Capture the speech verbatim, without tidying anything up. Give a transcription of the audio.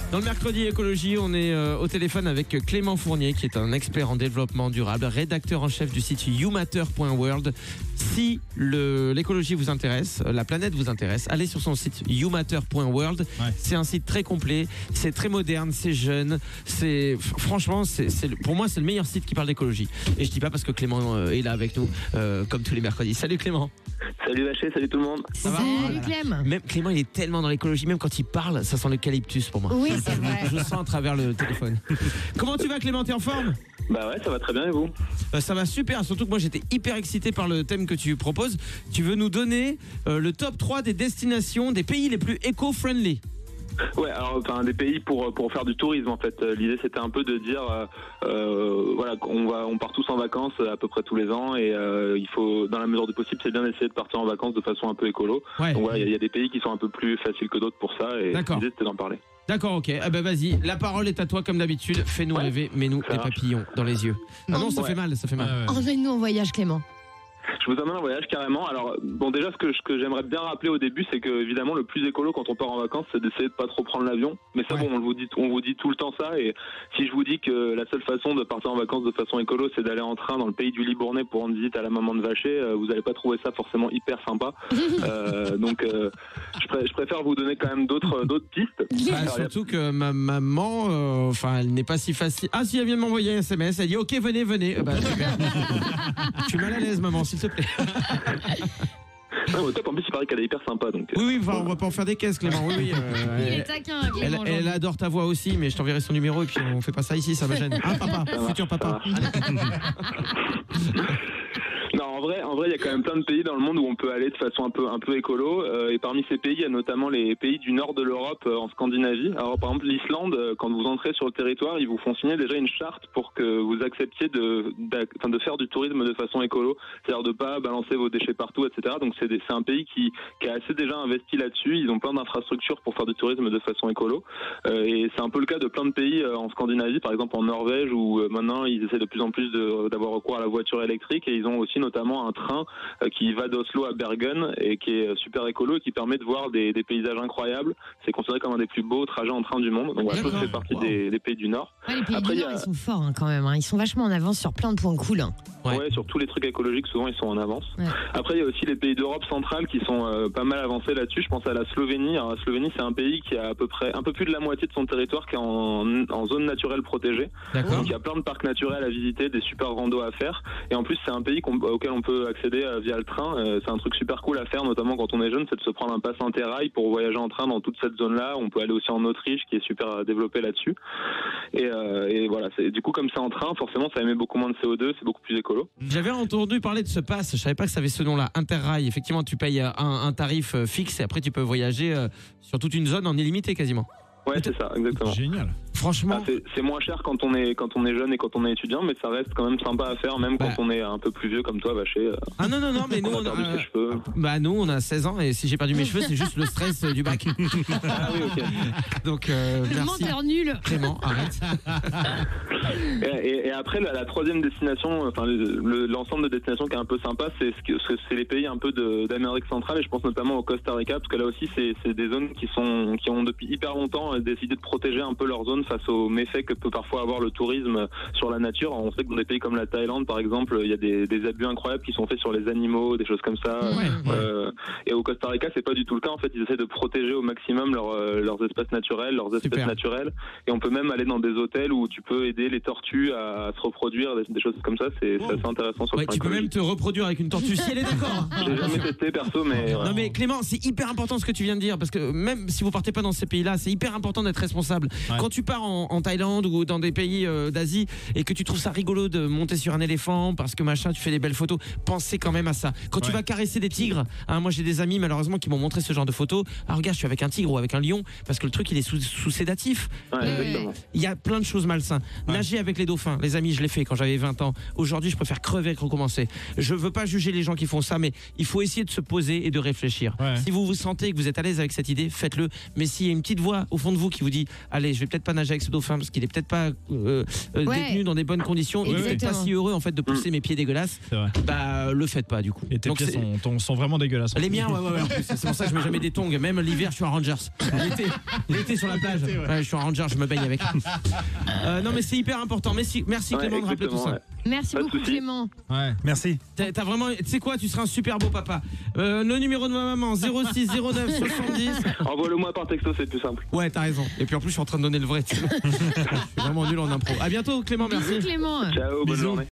Dans le mercredi écologie, on est euh, au téléphone avec Clément Fournier, qui est un expert en développement durable, rédacteur en chef du site you matter point world. Si le, l'écologie vous intéresse, la planète vous intéresse, allez sur son site you matter point world. Ouais. C'est un site très complet, c'est très moderne, c'est jeune, c'est franchement, c'est, c'est pour moi c'est le meilleur site qui parle d'écologie. Et je dis pas parce que Clément euh, est là avec nous, euh, comme tous les mercredis. Salut Clément. Salut Vacher, salut tout le monde. Ça va ? Salut Clem. Même Clément, il est tellement dans l'écologie, même quand il parle, ça sent l'eucalyptus pour moi. Oui, c'est vrai. Je le sens à travers le téléphone. Comment tu vas Clément, t'es en forme ? Bah ouais, ça va très bien et vous ? euh, Ça va super, surtout que moi j'étais hyper excité par le thème que tu proposes. Tu veux nous donner euh, le top trois des destinations, des pays les plus éco-friendly. Ouais, alors enfin des pays pour pour faire du tourisme en fait. L'idée c'était un peu de dire euh, euh, voilà qu'on va on part tous en vacances à peu près tous les ans et euh, il faut dans la mesure du possible c'est bien d'essayer de partir en vacances de façon un peu écolo. Ouais. Donc voilà, il y, y a des pays qui sont un peu plus faciles que d'autres pour ça et D'accord. l'idée c'était d'en parler. D'accord, ok. Ah bah vas-y, la parole est à toi comme d'habitude. Fais-nous ouais. rêver, mets-nous les papillons dans les yeux. Ah non, ça ouais. fait mal, ça fait mal. Ouais, ouais. Emmène-nous en voyage Clément. Je vous emmène en voyage carrément. Alors bon, déjà ce que, ce que j'aimerais bien rappeler au début, c'est que évidemment le plus écolo quand on part en vacances, c'est d'essayer de pas trop prendre l'avion. Mais ça, ouais. bon, on vous dit, on vous dit tout le temps ça. Et si je vous dis que la seule façon de partir en vacances de façon écolo, c'est d'aller en train dans le pays du Libournais pour rendre visite à la maman de Vacher, euh, vous allez pas trouver ça forcément hyper sympa. euh, donc, euh, je, pr- je préfère vous donner quand même d'autres, d'autres pistes. Bah, surtout que ma maman, enfin, euh, elle n'est pas si facile. Ah si, elle vient de m'envoyer un S M S. Elle dit OK, venez, venez. Euh, bah, super. Je suis mal à l'aise, maman, s'il te plaît. Non, au top, en plus, il paraît qu'elle est hyper sympa. Donc, oui, oui, enfin, on va pas en faire des caisses, Clément. Oui, oui, euh, il elle, est taquin, elle, elle, elle adore ta voix aussi, mais je t'enverrai son numéro et puis on fait pas ça ici, ça me gêne. Hein, papa, ça futur marche, papa. Non, en vrai, en vrai, il y a quand même plein de pays dans le monde où on peut aller de façon un peu, un peu écolo. Euh, et parmi ces pays, il y a notamment les pays du nord de l'Europe, euh, en Scandinavie. Alors, par exemple, l'Islande, euh, quand vous entrez sur le territoire, ils vous font signer déjà une charte pour que vous acceptiez de, de faire du tourisme de façon écolo, c'est-à-dire de pas balancer vos déchets partout, et cetera. Donc, c'est, des, c'est un pays qui, qui a assez déjà investi là-dessus. Ils ont plein d'infrastructures pour faire du tourisme de façon écolo. Euh, et c'est un peu le cas de plein de pays euh, en Scandinavie, par exemple en Norvège, où euh, maintenant ils essaient de plus en plus de, d'avoir recours à la voiture électrique et ils ont aussi notamment un train qui va d'Oslo à Bergen et qui est super écolo et qui permet de voir des, des paysages incroyables. C'est considéré comme un des plus beaux trajets en train du monde. Donc voilà, ça fait partie wow. des, des pays du Nord. Ouais, les pays Après, du Nord, a... ils sont forts hein, quand même. Hein. Ils sont vachement en avance sur plein de points cool. Hein. Ouais. ouais, sur tous les trucs écologiques, souvent ils sont en avance. Ouais. Après, il y a aussi les pays d'Europe centrale qui sont euh, pas mal avancés là-dessus. Je pense à la Slovénie. Alors, la Slovénie, c'est un pays qui a à peu près un peu plus de la moitié de son territoire qui est en, en zone naturelle protégée. D'accord. Donc il y a plein de parcs naturels à visiter, des super randos à faire. Et en plus, c'est un pays auquel on peut accéder euh, via le train. Euh, c'est un truc super cool à faire, notamment quand on est jeune, c'est de se prendre un pass interrail pour voyager en train dans toute cette zone-là. On peut aller aussi en Autriche, qui est super développé là-dessus. Et, euh, et voilà, c'est, du coup, comme c'est en train, forcément, ça émet beaucoup moins de C O deux, c'est beaucoup plus écolo. J'avais entendu parler de ce pass, je savais pas que ça avait ce nom-là, Interrail. Effectivement, tu payes un, un tarif fixe et après tu peux voyager euh, sur toute une zone en illimité quasiment. Ouais, c'est ça, exactement. Génial. Franchement, ah, c'est, c'est moins cher quand on est quand on est jeune et quand on est étudiant, mais ça reste quand même sympa à faire, même bah. quand on est un peu plus vieux comme toi, Vacher. Euh, ah non non non, mais nous on a, on a perdu ses cheveux. Bah nous on a seize ans et si j'ai perdu mes cheveux, c'est juste le stress du bac. Ah oui, ok. Donc euh, le merci. menteur nul. Clément, arrête. et, et, et après la, la troisième destination, enfin le, l'ensemble de destinations qui est un peu sympa, c'est ce que c'est les pays un peu de, d'Amérique centrale et je pense notamment au Costa Rica parce que là aussi c'est, c'est des zones qui sont qui ont depuis hyper longtemps décidé de protéger un peu leur zone face aux méfaits que peut parfois avoir le tourisme sur la nature. On sait que dans des pays comme la Thaïlande par exemple, il y a des, des abus incroyables qui sont faits sur les animaux, des choses comme ça. Ouais, euh, ouais. Et au Costa Rica c'est pas du tout le cas. En fait ils essaient de protéger au maximum leur, euh, leurs espaces naturels, leurs espèces Super. naturelles. Et on peut même aller dans des hôtels où tu peux aider les tortues à, à se reproduire, des, des choses comme ça. C'est, oh. c'est assez intéressant sur ouais, le plan tu peux même te reproduire avec une tortue si elle est d'accord. J'ai jamais testé perso, mais non mais Clément, c'est hyper important ce que tu viens de dire parce que même si vous partez pas dans ces pays-là, c'est hyper important d'être responsable. Ouais. Quand tu pars en, en Thaïlande ou dans des pays euh, d'Asie et que tu trouves ça rigolo de monter sur un éléphant parce que machin, tu fais des belles photos, pensez quand même à ça. Quand ouais. tu vas caresser des tigres, hein, moi j'ai des amis malheureusement qui m'ont montré ce genre de photos. Ah regarde, je suis avec un tigre ou avec un lion parce que le truc il est sous, sous sédatif. Ouais, exactement. Il y a plein de choses malsaines. Ouais. Nager avec les dauphins, les amis, je l'ai fait quand j'avais vingt ans. Aujourd'hui, je préfère crever que recommencer. Je veux pas juger les gens qui font ça, mais il faut essayer de se poser et de réfléchir. Ouais. Si vous vous sentez que vous êtes à l'aise avec cette idée, faites-le. Mais s'il y a une petite voix au fond fond de vous qui vous dit allez, je vais peut-être pas nager avec ce dauphin parce qu'il est peut-être pas euh, euh, Ouais. détenu dans des bonnes conditions, il est peut-être pas Exactement. si heureux en fait de pousser mes pieds dégueulasses. C'est vrai. Bah le faites pas du coup. Et tes Donc, pieds c'est- sont, ton- sont vraiment dégueulasses. Les miens, ouais, ouais, ouais. en plus, C'est pour ça que je mets jamais des tongs. Même l'hiver, je suis en Rangers. L'été, l'été sur la plage. Ouais, je suis en Rangers, je me baigne avec. Euh, non, mais c'est hyper important. Merci, merci Ouais, Clément de rappeler tout exactement, ça. ouais. Merci Pas de beaucoup souci. Clément. Ouais. Merci. T'as t'as vraiment, tu sais quoi, tu seras un super beau papa. Euh, le numéro de ma maman, zéro six zéro neuf soixante-dix. Envoie-le-moi par texto, c'est plus simple. Ouais, t'as raison. Et puis en plus, je suis en train de donner le vrai. Tu vois. Je suis vraiment nul en impro. À bientôt, Clément. Merci. Bisous Clément. Ciao, bonne Bisous. journée.